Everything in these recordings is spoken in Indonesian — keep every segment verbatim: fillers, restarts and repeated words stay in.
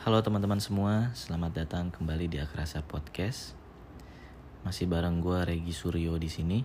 Halo teman-teman semua, selamat datang kembali di Akrasa Podcast. Masih bareng gue Regi Suryo di sini.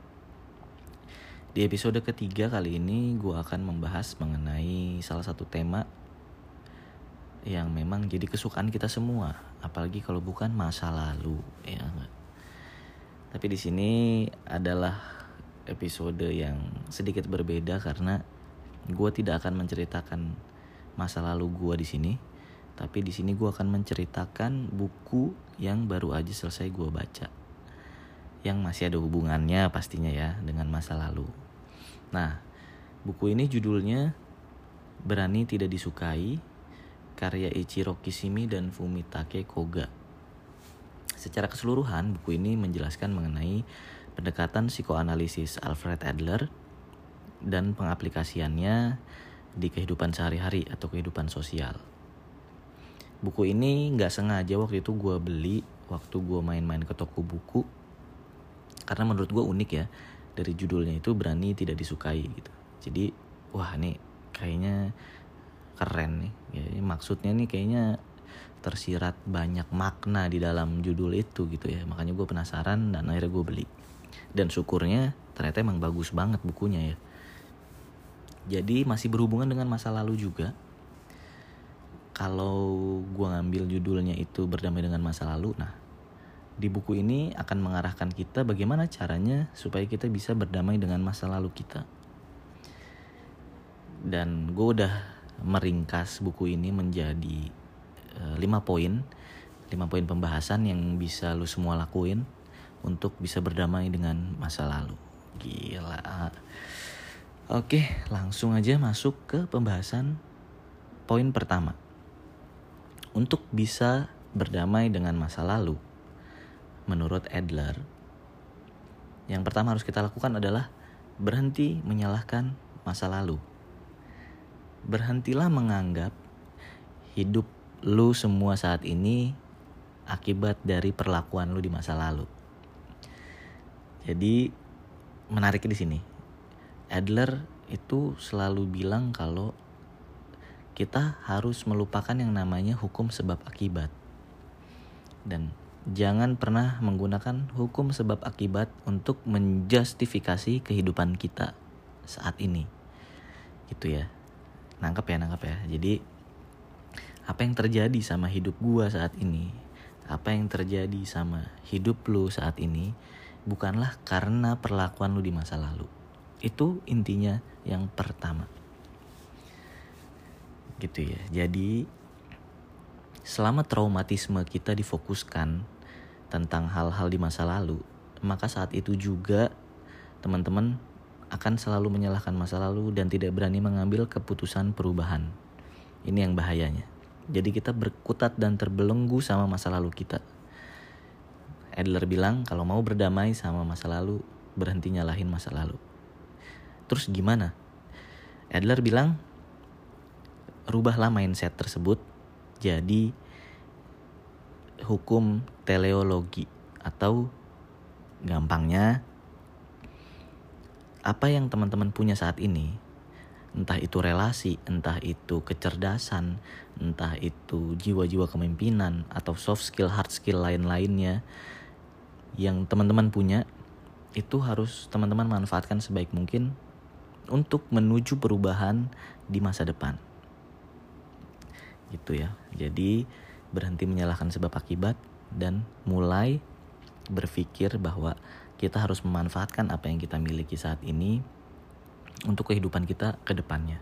Di episode ketiga kali ini gue akan membahas mengenai salah satu tema yang memang jadi kesukaan kita semua, apalagi kalau bukan masa lalu, ya enggak. Tapi di sini adalah episode yang sedikit berbeda karena gue tidak akan menceritakan masa lalu gue di sini. Tapi di sini gue akan menceritakan buku yang baru aja selesai gue baca, yang masih ada hubungannya pastinya ya dengan masa lalu. Nah, buku ini judulnya Berani Tidak Disukai, karya Ichiro Kishimi dan Fumitake Koga. Secara keseluruhan, buku ini menjelaskan mengenai pendekatan psikoanalisis Alfred Adler dan pengaplikasiannya di kehidupan sehari-hari atau kehidupan sosial. Buku ini gak sengaja waktu itu gue beli waktu gue main-main ke toko buku, karena menurut gue unik ya, dari judulnya itu Berani Tidak Disukai gitu. Jadi wah nih kayaknya keren nih ya, maksudnya nih kayaknya tersirat banyak makna di dalam judul itu gitu ya. Makanya gue penasaran dan akhirnya gue beli. Dan syukurnya ternyata emang bagus banget bukunya ya. Jadi masih berhubungan dengan masa lalu juga. Kalau gue ngambil judulnya itu Berdamai Dengan Masa Lalu, nah di buku ini akan mengarahkan kita bagaimana caranya supaya kita bisa berdamai dengan masa lalu kita. Dan gue udah meringkas buku ini menjadi uh, lima poin, lima poin pembahasan yang bisa lu semua lakuin untuk bisa berdamai dengan masa lalu. Gila. Oke, langsung aja masuk ke pembahasan poin pertama. Untuk bisa berdamai dengan masa lalu, menurut Adler, yang pertama harus kita lakukan adalah berhenti menyalahkan masa lalu. Berhentilah menganggap hidup lu semua saat ini akibat dari perlakuan lu di masa lalu. Jadi menarik di sini, Adler itu selalu bilang kalau kita harus melupakan yang namanya hukum sebab akibat. Dan jangan pernah menggunakan hukum sebab akibat untuk menjustifikasi kehidupan kita saat ini. Gitu ya. Nangkep ya, nangkep ya. Jadi apa yang terjadi sama hidup gua saat ini, apa yang terjadi sama hidup lu saat ini bukanlah karena perlakuan lu di masa lalu. Itu intinya yang pertama. Gitu ya. Jadi selama traumatisme kita difokuskan tentang hal-hal di masa lalu, maka saat itu juga teman-teman akan selalu menyalahkan masa lalu dan tidak berani mengambil keputusan perubahan. Ini yang bahayanya. Jadi kita berkutat dan terbelenggu sama masa lalu kita. Adler bilang kalau mau berdamai sama masa lalu, berhenti nyalahin masa lalu. Terus gimana? Adler bilang rubahlah mindset tersebut jadi hukum teleologi, atau gampangnya apa yang teman-teman punya saat ini, entah itu relasi, entah itu kecerdasan, entah itu jiwa-jiwa kepemimpinan atau soft skill, hard skill lain-lainnya yang teman-teman punya, itu harus teman-teman manfaatkan sebaik mungkin untuk menuju perubahan di masa depan. Gitu ya. Jadi berhenti menyalahkan sebab akibat dan mulai berpikir bahwa kita harus memanfaatkan apa yang kita miliki saat ini untuk kehidupan kita ke depannya.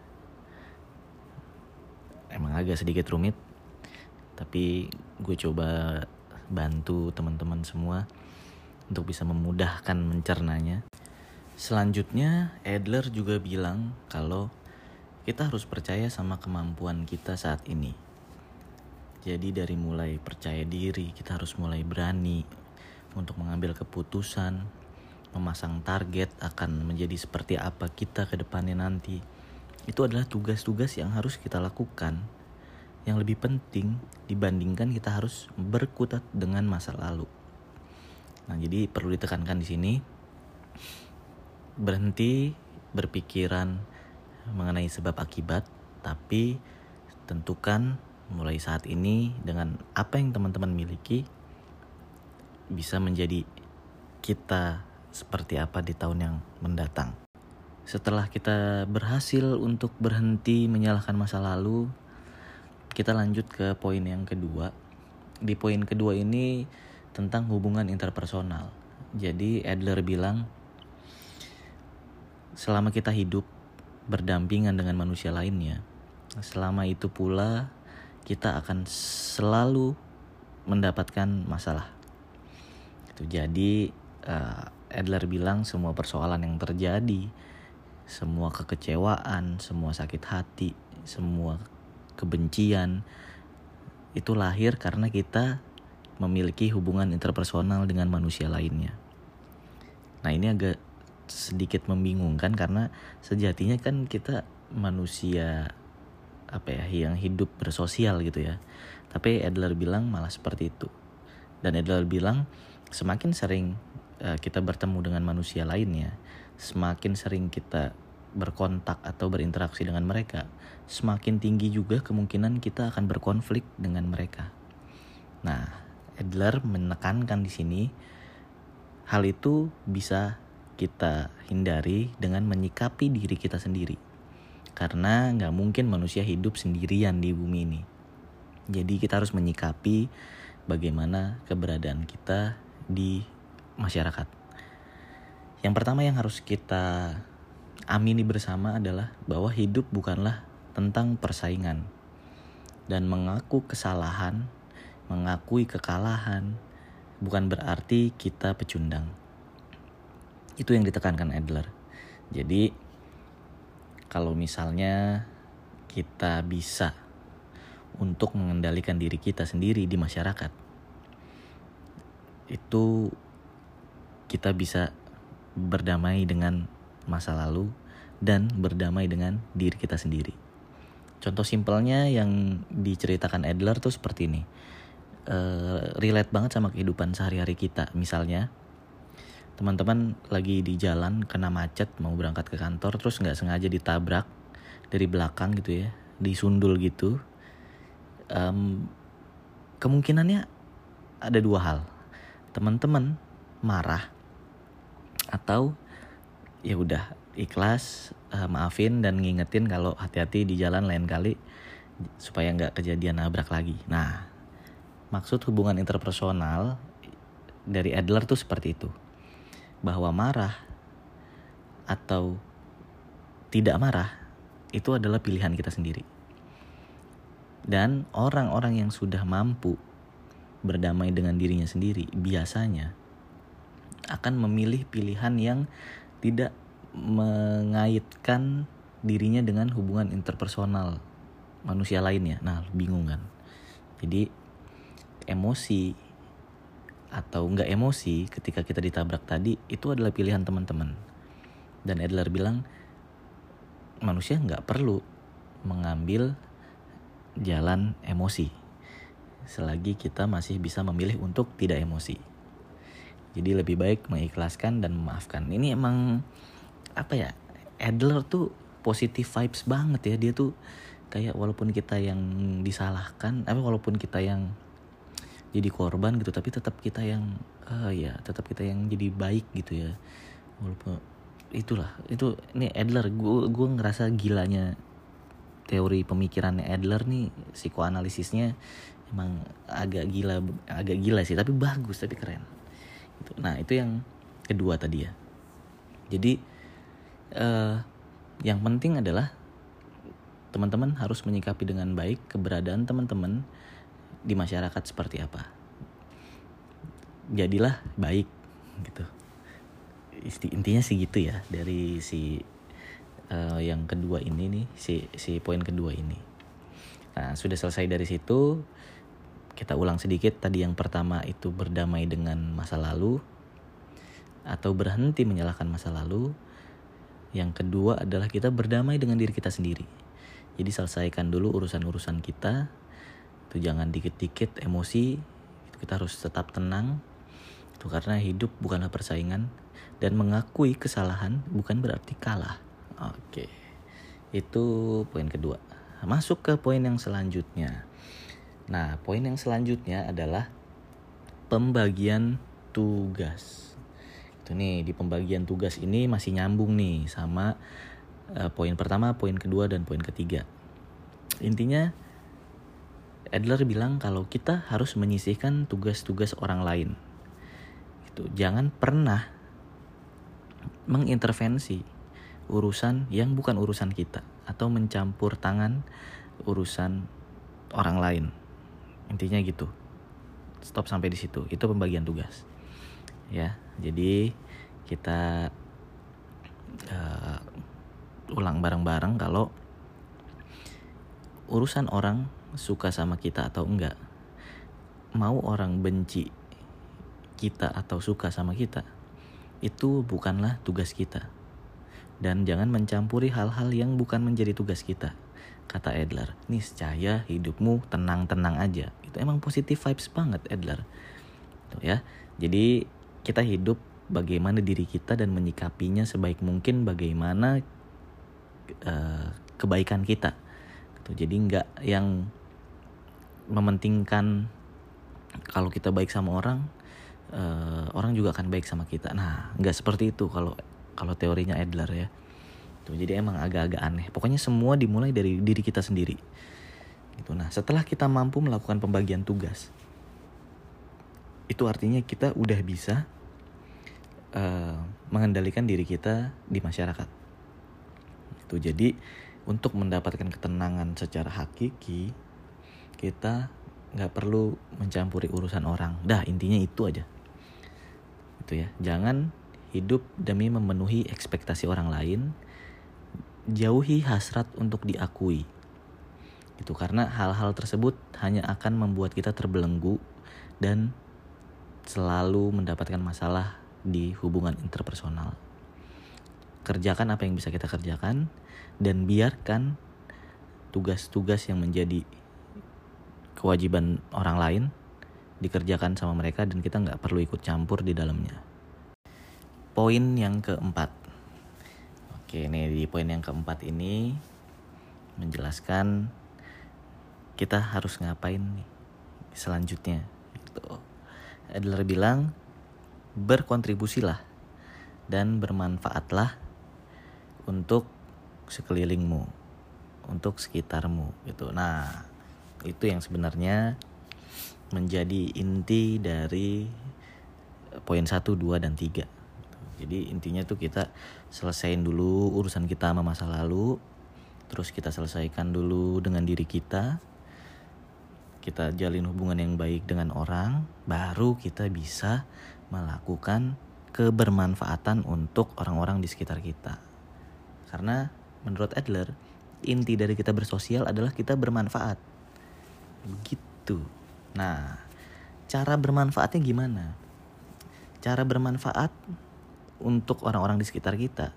Emang agak sedikit rumit, tapi gue coba bantu teman-teman semua untuk bisa memudahkan mencernanya. Selanjutnya, Adler juga bilang kalau kita harus percaya sama kemampuan kita saat ini. Jadi dari mulai percaya diri, kita harus mulai berani untuk mengambil keputusan, memasang target akan menjadi seperti apa kita ke depannya nanti. Itu adalah tugas-tugas yang harus kita lakukan, yang lebih penting dibandingkan kita harus berkutat dengan masa lalu. Nah, jadi perlu ditekankan di sini, berhenti berpikiran mengenai sebab akibat, tapi tentukan mulai saat ini dengan apa yang teman-teman miliki bisa menjadi kita seperti apa di tahun yang mendatang. Setelah kita berhasil untuk berhenti menyalahkan masa lalu, kita lanjut ke poin yang kedua. Di poin kedua ini tentang hubungan interpersonal. Jadi Adler bilang, selama kita hidup berdampingan dengan manusia lainnya, selama itu pula kita akan selalu mendapatkan masalah. Itu jadi uh, Adler bilang semua persoalan yang terjadi, semua kekecewaan, semua sakit hati, semua kebencian itu lahir karena kita memiliki hubungan interpersonal dengan manusia lainnya. Nah, ini agak sedikit membingungkan karena sejatinya kan kita manusia apa ya yang hidup bersosial gitu ya. Tapi Adler bilang malah seperti itu. Dan Adler bilang semakin sering uh, kita bertemu dengan manusia lainnya, semakin sering kita berkontak atau berinteraksi dengan mereka, semakin tinggi juga kemungkinan kita akan berkonflik dengan mereka. Nah, Adler menekankan di sini hal itu bisa kita hindari dengan menyikapi diri kita sendiri. Karena nggak mungkin manusia hidup sendirian di bumi ini. Jadi kita harus menyikapi bagaimana keberadaan kita di masyarakat. Yang pertama yang harus kita amini bersama adalah bahwa hidup bukanlah tentang persaingan. Dan mengaku kesalahan, mengakui kekalahan, bukan berarti kita pecundang. Itu yang ditekankan Adler. Jadi kalau misalnya kita bisa untuk mengendalikan diri kita sendiri di masyarakat, itu kita bisa berdamai dengan masa lalu dan berdamai dengan diri kita sendiri. Contoh simpelnya yang diceritakan Adler tuh seperti ini. Uh, relate banget sama kehidupan sehari-hari kita. Misalnya teman-teman lagi di jalan kena macet mau berangkat ke kantor, terus gak sengaja ditabrak dari belakang gitu ya, disundul gitu. Um, kemungkinannya ada dua hal. Teman-teman marah atau ya udah ikhlas, uh, maafin dan ngingetin kalau hati-hati di jalan lain kali supaya nggak kejadian nabrak lagi. Nah, maksud hubungan interpersonal dari Adler tuh seperti itu, bahwa marah atau tidak marah itu adalah pilihan kita sendiri. Dan orang-orang yang sudah mampu berdamai dengan dirinya sendiri biasanya akan memilih pilihan yang tidak mengaitkan dirinya dengan hubungan interpersonal manusia lainnya. Nah, bingung kan? Jadi emosi atau enggak emosi ketika kita ditabrak tadi itu adalah pilihan teman-teman. Dan Adler bilang manusia enggak perlu mengambil jalan emosi selagi kita masih bisa memilih untuk tidak emosi. Jadi lebih baik mengikhlaskan dan memaafkan. Ini emang apa ya, Adler tuh positive vibes banget ya. Dia tuh kayak walaupun kita yang disalahkan, apa walaupun kita yang jadi korban gitu, tapi tetap kita yang uh, ya tetap kita yang jadi baik gitu ya. Walaupun itulah itu ini Adler, gue gue ngerasa gilanya teori pemikirannya Adler nih, psikoanalisisnya emang agak gila agak gila sih, tapi bagus, tapi keren. Nah, itu yang kedua tadi ya. Jadi uh, yang penting adalah teman-teman harus menyikapi dengan baik keberadaan teman-teman di masyarakat seperti apa. Jadilah baik gitu. Intinya sih gitu ya dari si uh, yang kedua ini nih, si si poin kedua ini. Nah, sudah selesai dari situ. Kita ulang sedikit, tadi yang pertama itu berdamai dengan masa lalu atau berhenti menyalahkan masa lalu. Yang kedua adalah kita berdamai dengan diri kita sendiri. Jadi selesaikan dulu urusan-urusan kita. Itu jangan dikit-dikit emosi. Itu kita harus tetap tenang. Itu karena hidup bukanlah persaingan, dan mengakui kesalahan bukan berarti kalah. Oke. Itu poin kedua. masuk ke poin yang selanjutnya. Nah, poin yang selanjutnya adalah pembagian tugas. Itu nih, di pembagian tugas ini masih nyambung nih sama uh, poin pertama, poin kedua, dan poin ketiga. Intinya Adler bilang kalau kita harus menyisihkan tugas-tugas orang lain. Gitu. Jangan pernah mengintervensi urusan yang bukan urusan kita atau mencampur tangan urusan orang lain. Intinya gitu. Stop sampai di situ. Itu pembagian tugas. Ya, jadi kita uh, ulang bareng-bareng kalau urusan orang suka sama kita atau enggak, mau orang benci kita atau suka sama kita, itu bukanlah tugas kita. Dan jangan mencampuri hal-hal yang bukan menjadi tugas kita. Kata Adler, niscaya hidupmu tenang-tenang aja. Itu emang positive vibes banget Adler. Tuh ya. Jadi kita hidup bagaimana diri kita dan menyikapinya sebaik mungkin bagaimana uh, kebaikan kita. Tuh, jadi nggak yang mementingkan kalau kita baik sama orang, uh, orang juga akan baik sama kita. Nah, nggak seperti itu kalau kalau teorinya Adler ya. Tuh, jadi emang agak-agak aneh. Pokoknya semua dimulai dari diri kita sendiri. Gitu. Nah, setelah kita mampu melakukan pembagian tugas, itu artinya kita udah bisa uh, mengendalikan diri kita di masyarakat. Itu jadi untuk mendapatkan ketenangan secara hakiki, kita nggak perlu mencampuri urusan orang. Dah, intinya itu aja. Itu ya. Jangan hidup demi memenuhi ekspektasi orang lain. Jauhi hasrat untuk diakui. Itu karena hal-hal tersebut hanya akan membuat kita terbelenggu dan selalu mendapatkan masalah di hubungan interpersonal. Kerjakan apa yang bisa kita kerjakan dan biarkan tugas-tugas yang menjadi kewajiban orang lain dikerjakan sama mereka dan kita nggak perlu ikut campur di dalamnya. Poin yang keempat. Oke, nih di poin yang keempat ini menjelaskan kita harus ngapain nih selanjutnya. Gitu. Adler bilang berkontribusilah dan bermanfaatlah untuk sekelilingmu, untuk sekitarmu gitu. Nah, itu yang sebenarnya menjadi inti dari poin satu, dua, dan tiga. Jadi intinya tuh kita selesaiin dulu urusan kita sama masa lalu, terus kita selesaikan dulu dengan diri kita, kita jalin hubungan yang baik dengan orang, baru kita bisa melakukan kebermanfaatan untuk orang-orang di sekitar kita. Karena menurut Adler, inti dari kita bersosial adalah kita bermanfaat. Begitu. Nah, cara bermanfaatnya gimana? Cara bermanfaat untuk orang-orang di sekitar kita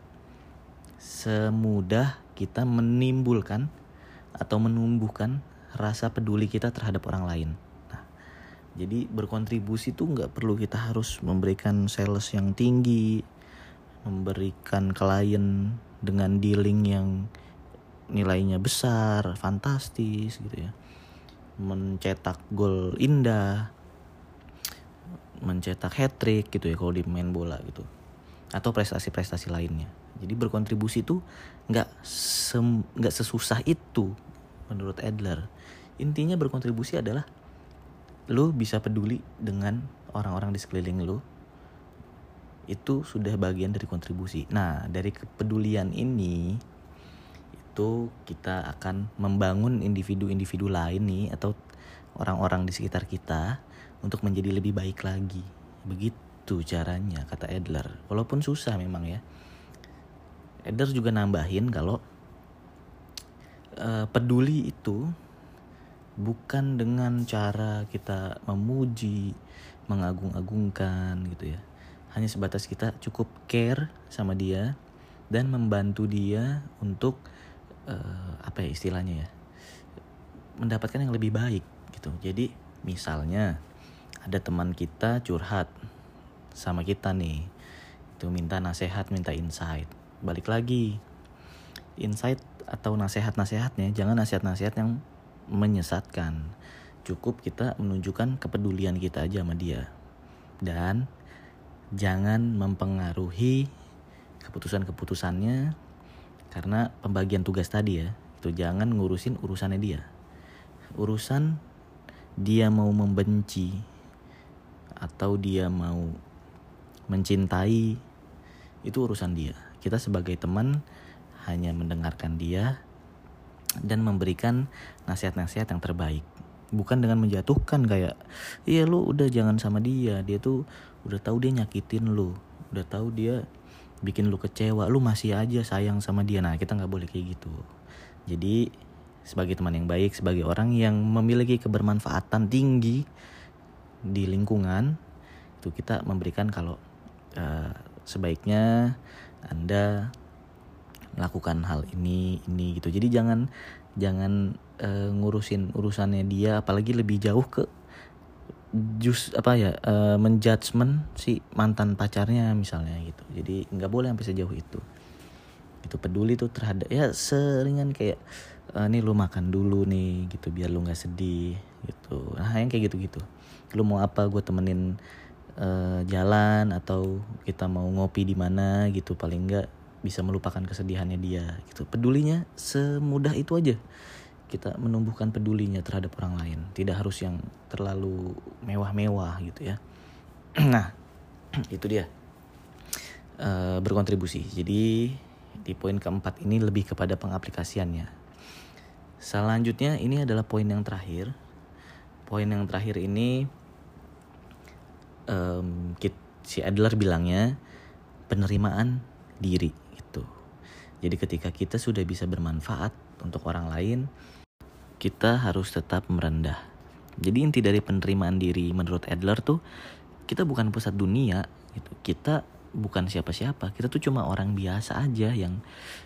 semudah kita menimbulkan atau menumbuhkan rasa peduli kita terhadap orang lain. Nah, jadi berkontribusi tuh nggak perlu kita harus memberikan sales yang tinggi, memberikan klien dengan dealing yang nilainya besar, fantastis gitu ya, mencetak gol indah, mencetak hat-trick gitu ya kalau di main bola gitu, atau prestasi-prestasi lainnya. Jadi berkontribusi itu nggak sem- nggak sesusah itu menurut Adler. Intinya berkontribusi adalah lu bisa peduli dengan orang-orang di sekeliling lu, itu sudah bagian dari kontribusi. Nah, dari kepedulian ini itu kita akan membangun individu-individu lain nih atau orang-orang di sekitar kita untuk menjadi lebih baik lagi. Begitu caranya kata Adler. Walaupun susah memang ya. Adler juga nambahin kalau uh, peduli itu bukan dengan cara kita memuji, mengagung-agungkan gitu ya. Hanya sebatas kita cukup care sama dia dan membantu dia untuk uh, apa ya istilahnya ya, mendapatkan yang lebih baik gitu. Jadi misalnya ada teman kita curhat sama kita nih, itu minta nasihat, minta insight. Balik lagi, insight atau nasihat-nasihatnya jangan nasihat-nasihat yang menyesatkan. Cukup kita menunjukkan kepedulian kita aja sama dia. Dan jangan mempengaruhi keputusan-keputusannya karena pembagian tugas tadi ya. Itu jangan ngurusin urusannya dia. Urusan dia mau membenci atau dia mau mencintai, itu urusan dia. Kita sebagai teman hanya mendengarkan dia dan memberikan nasihat-nasihat yang terbaik. Bukan dengan menjatuhkan kayak, iya lu udah jangan sama dia, dia tuh udah tahu dia nyakitin lu, udah tahu dia bikin lu kecewa, lu masih aja sayang sama dia. Nah, kita gak boleh kayak gitu. Jadi sebagai teman yang baik, sebagai orang yang memiliki kebermanfaatan tinggi di lingkungan, itu kita memberikan kalau uh, sebaiknya Anda melakukan hal ini ini gitu. Jadi jangan jangan uh, ngurusin urusannya dia, apalagi lebih jauh ke jus apa ya uh, menjudgment si mantan pacarnya misalnya gitu. Jadi nggak boleh sampai sejauh itu. Itu peduli tuh terhadap ya seringan kayak uh, nih lu makan dulu nih gitu biar lu nggak sedih gitu. Nah yang kayak gitu-gitu. Lu mau apa gue temenin uh, jalan atau kita mau ngopi di mana gitu, paling nggak bisa melupakan kesedihannya dia gitu. Pedulinya semudah itu aja. Kita menumbuhkan pedulinya terhadap orang lain. Tidak harus yang terlalu mewah-mewah gitu ya. Nah, itu dia. E, berkontribusi. Jadi di poin keempat ini lebih kepada pengaplikasiannya. Selanjutnya ini adalah poin yang terakhir. Poin yang terakhir ini um, si Adler bilangnya penerimaan diri gitu. Jadi ketika kita sudah bisa bermanfaat untuk orang lain, kita harus tetap merendah. Jadi inti dari penerimaan diri menurut Adler tuh, kita bukan pusat dunia gitu. Kita bukan siapa-siapa. Kita tuh cuma orang biasa aja yang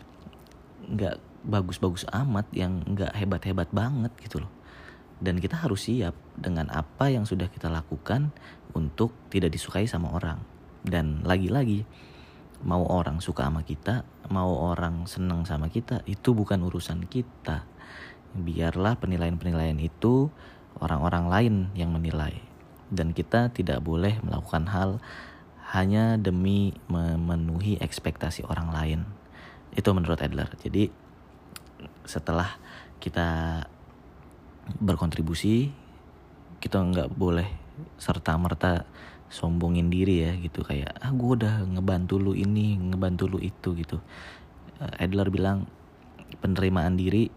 gak bagus-bagus amat, yang gak hebat-hebat banget gitu loh. Dan kita harus siap dengan apa yang sudah kita lakukan untuk tidak disukai sama orang. Dan lagi-lagi, mau orang suka sama kita, mau orang senang sama kita, itu bukan urusan kita. Biarlah penilaian-penilaian itu orang-orang lain yang menilai. Dan kita tidak boleh melakukan hal hanya demi memenuhi ekspektasi orang lain. Itu menurut Adler. Jadi setelah kita berkontribusi, kita nggak boleh serta-merta sombongin diri ya gitu, kayak ah gue udah ngebantu lu ini, ngebantu lu itu gitu. Adler bilang penerimaan diri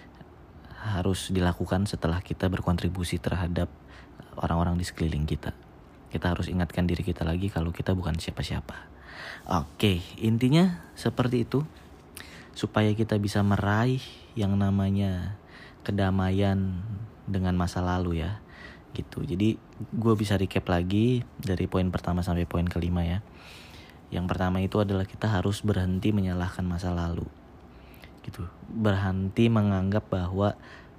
harus dilakukan setelah kita berkontribusi terhadap orang-orang di sekeliling kita. Kita harus ingatkan diri kita lagi kalau kita bukan siapa-siapa. Oke, intinya seperti itu. Supaya kita bisa meraih yang namanya kedamaian dengan masa lalu ya. Gitu. Jadi gue bisa recap lagi dari poin pertama sampai poin kelima ya. Yang pertama itu adalah kita harus berhenti menyalahkan masa lalu. Gitu. Berhenti menganggap bahwa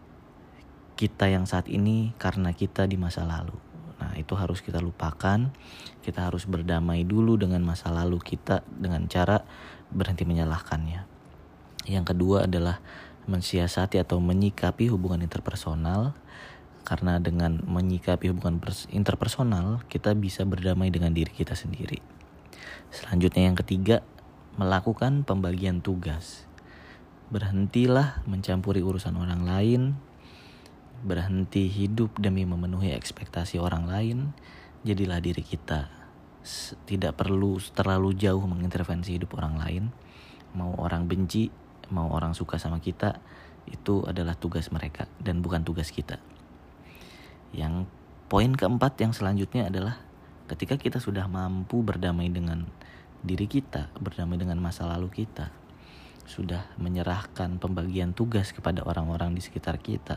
kita yang saat ini karena kita di masa lalu. Nah, itu harus kita lupakan. Kita harus berdamai dulu dengan masa lalu kita dengan cara berhenti menyalahkannya. Yang kedua adalah mensiasati atau menyikapi hubungan interpersonal. Karena dengan menyikapi hubungan interpersonal, kita bisa berdamai dengan diri kita sendiri. Selanjutnya yang ketiga, melakukan pembagian tugas. Berhentilah mencampuri urusan orang lain. Berhenti hidup demi memenuhi ekspektasi orang lain. Jadilah diri kita. Tidak perlu terlalu jauh mengintervensi hidup orang lain. Mau orang benci, mau orang suka sama kita, itu adalah tugas mereka dan bukan tugas kita. Yang poin keempat yang selanjutnya adalah ketika kita sudah mampu berdamai dengan diri kita, berdamai dengan masa lalu kita, sudah menyerahkan pembagian tugas kepada orang-orang di sekitar kita,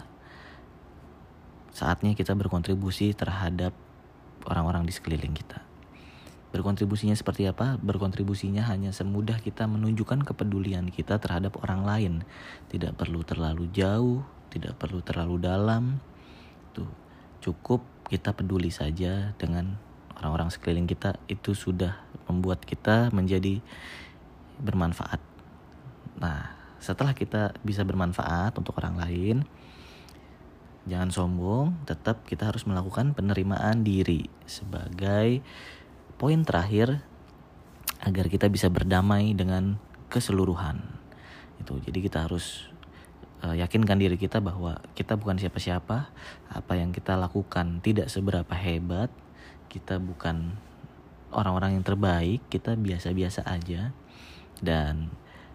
saatnya kita berkontribusi terhadap orang-orang di sekeliling kita. Berkontribusinya seperti apa? Berkontribusinya hanya semudah kita menunjukkan kepedulian kita terhadap orang lain. Tidak perlu terlalu jauh, tidak perlu terlalu dalam. Tuh, cukup kita peduli saja dengan orang-orang sekeliling kita. Itu sudah membuat kita menjadi bermanfaat. Nah, setelah kita bisa bermanfaat untuk orang lain, jangan sombong, tetap kita harus melakukan penerimaan diri sebagai poin terakhir agar kita bisa berdamai dengan keseluruhan. Itu. Jadi kita harus uh, yakinkan diri kita bahwa kita bukan siapa-siapa, apa yang kita lakukan tidak seberapa hebat, kita bukan orang-orang yang terbaik, kita biasa-biasa aja, dan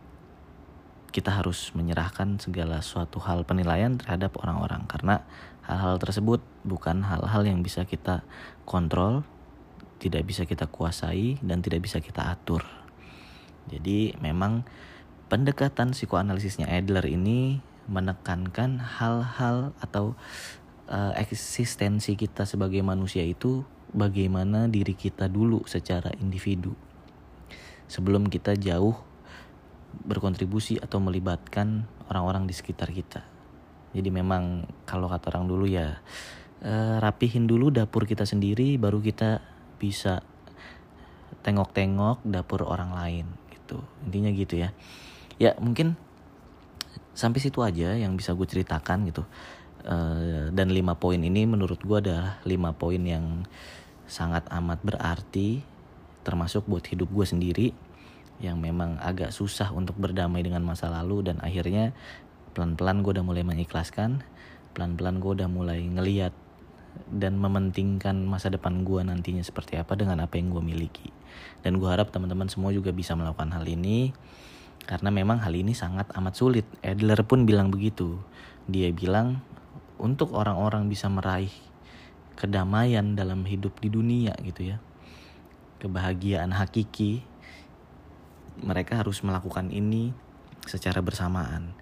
kita harus menyerahkan segala suatu hal penilaian terhadap orang-orang, karena hal-hal tersebut bukan hal-hal yang bisa kita kontrol, tidak bisa kita kuasai, dan tidak bisa kita atur. Jadi memang pendekatan psikoanalisisnya Adler ini menekankan hal-hal atau uh, eksistensi kita sebagai manusia itu bagaimana diri kita dulu secara individu sebelum kita jauh berkontribusi atau melibatkan orang-orang di sekitar kita. Jadi memang kalau kata orang dulu ya, eh, rapihin dulu dapur kita sendiri, baru kita bisa tengok-tengok dapur orang lain gitu. Intinya gitu ya. Ya mungkin sampai situ aja yang bisa gue ceritakan gitu. Eh, dan lima poin ini menurut gue adalah lima poin yang sangat amat berarti, termasuk buat hidup gue sendiri yang memang agak susah untuk berdamai dengan masa lalu, dan akhirnya pelan-pelan gue udah mulai mengikhlaskan, pelan-pelan gue udah mulai ngeliat dan mementingkan masa depan gue nantinya seperti apa dengan apa yang gue miliki. Dan gue harap teman-teman semua juga bisa melakukan hal ini, karena memang hal ini sangat amat sulit. Adler pun bilang begitu. Dia bilang untuk orang-orang bisa meraih kedamaian dalam hidup di dunia gitu ya, kebahagiaan hakiki, mereka harus melakukan ini secara bersamaan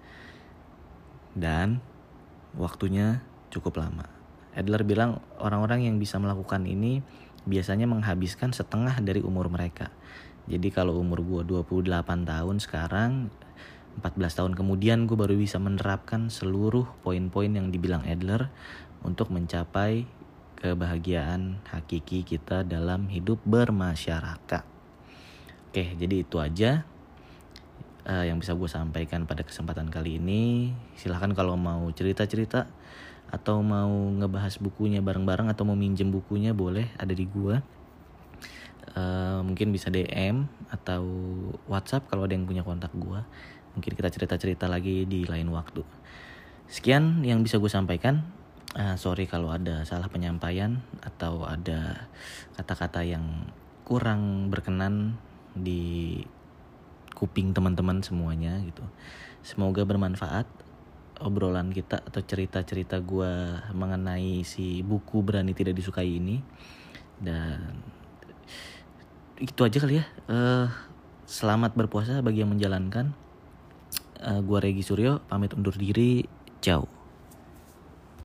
dan waktunya cukup lama. Adler bilang orang-orang yang bisa melakukan ini biasanya menghabiskan setengah dari umur mereka. Jadi kalau umur gue dua puluh delapan tahun sekarang, empat belas tahun kemudian gue baru bisa menerapkan seluruh poin-poin yang dibilang Adler untuk mencapai kebahagiaan hakiki kita dalam hidup bermasyarakat. Oke, jadi itu aja uh, yang bisa gue sampaikan pada kesempatan kali ini. Silahkan kalau mau cerita-cerita atau mau ngebahas bukunya bareng-bareng atau mau minjem bukunya, boleh, ada di gue. Uh, mungkin bisa D M atau WhatsApp kalau ada yang punya kontak gue. Mungkin kita cerita-cerita lagi di lain waktu. Sekian yang bisa gue sampaikan. Uh, sorry kalau ada salah penyampaian atau ada kata-kata yang kurang berkenan di kuping teman-teman semuanya gitu. Semoga bermanfaat obrolan kita atau cerita-cerita gue mengenai si buku Berani Tidak Disukai ini. Dan itu aja kali ya. Uh, selamat berpuasa bagi yang menjalankan. Uh, gue Regi Suryo pamit undur diri. Ciao.